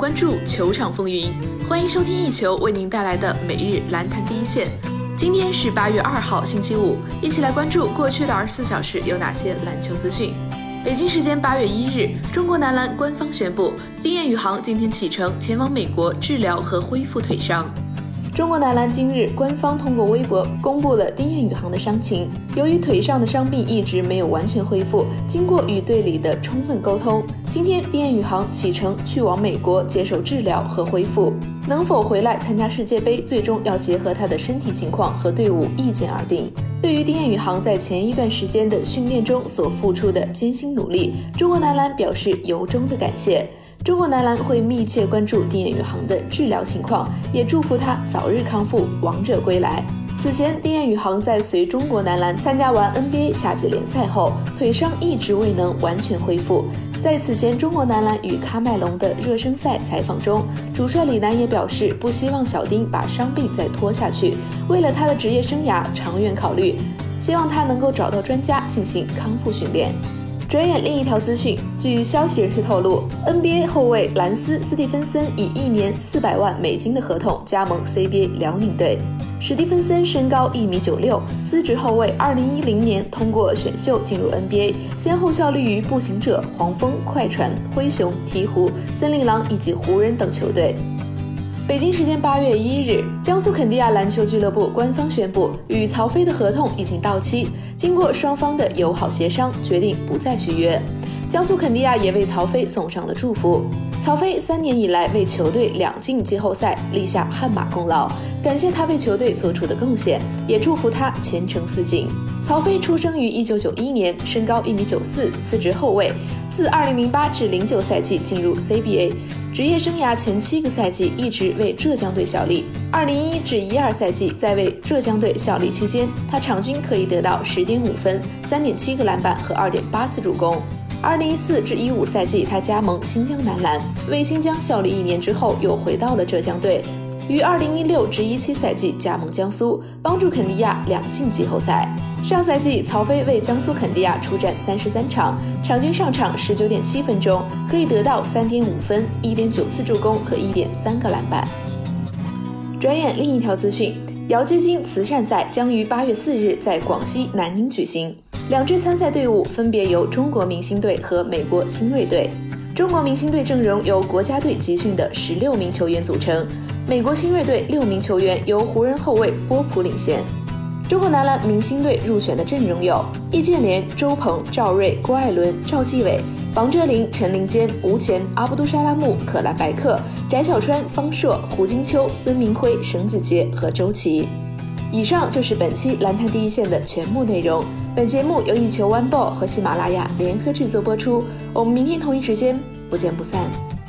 关注球场风云，欢迎收听一球为您带来的每日篮坛第一线。今天是8月2号星期五，一起来关注过去的24小时有哪些篮球资讯。北京时间8月1日，中国男篮官方宣布，丁彦雨航今天启程前往美国治疗和恢复腿伤。中国男篮今日官方通过微博公布了丁彦雨航的伤情，由于腿上的伤病一直没有完全恢复，经过与队里的充分沟通，今天丁彦雨航启程去往美国接受治疗和恢复。能否回来参加世界杯，最终要结合他的身体情况和队伍意见而定。对于丁彦雨航在前一段时间的训练中所付出的艰辛努力，中国男篮表示由衷的感谢。中国男篮会密切关注丁彦雨航的治疗情况，也祝福他早日康复，王者归来。此前，丁彦雨航在随中国男篮参加完 NBA 夏季联赛后，腿伤一直未能完全恢复。在此前中国男篮与喀麦隆的热身赛采访中，主帅李楠也表示不希望小丁把伤病再拖下去，为了他的职业生涯长远考虑，希望他能够找到专家进行康复训练。转眼另一条资讯，据消息人士透露 ，NBA 后卫兰斯·斯蒂芬森以1年400万美金的合同加盟 CBA 辽宁队。史蒂芬森身高1.96米，司职后卫，2010年通过选秀进入 NBA， 先后效力于步行者、黄蜂、快船、灰熊、鹈鹕、森林狼以及湖人等球队。北京时间8月1日，江苏肯迪亚篮球俱乐部官方宣布，与曹飞的合同已经到期，经过双方的友好协商，决定不再续约。江苏肯迪亚也为曹飞送上了祝福。曹飞3年以来为球队2进季后赛立下汗马功劳，感谢他为球队做出的贡献，也祝福他前程似锦。曹飞出生于1991年，身高1.94米，司职后卫，自2008至09赛季进入 CBA， 职业生涯前7个赛季一直为浙江队效力。2011至12赛季在为浙江队效力期间，他场均可以得到10.5分、3.7个篮板和2.8次助攻。2014至15赛季，他加盟新疆男篮，为新疆效力1年之后，又回到了浙江队。于2016至17赛季加盟江苏，帮助肯迪亚2进季后赛。上赛季，曹飞为江苏肯迪亚出战33场，场均上场19.7分钟，可以得到3.5分、1.9次助攻和1.3个篮板。转眼另一条资讯，姚接金慈善赛将于8月4日在广西南宁举行。2支参赛队伍分别由中国明星队和美国青瑞队。中国明星队阵容由国家队集训的16名球员组成，美国青瑞队6名球员由湖人后卫波普领衔。中国男篮明星队入选的阵容有易建联、周鹏、赵睿、郭艾伦、赵继伟、王哲林、陈林坚、吴前、阿卜杜沙拉木、可兰白克、翟小川、方硕、胡金秋、孙铭徽、沈子杰和周琦。以上就是本期篮坛第一线的全部内容。本节目由一球 One Ball 和喜马拉雅联合制作播出，我们明天同一时间不见不散。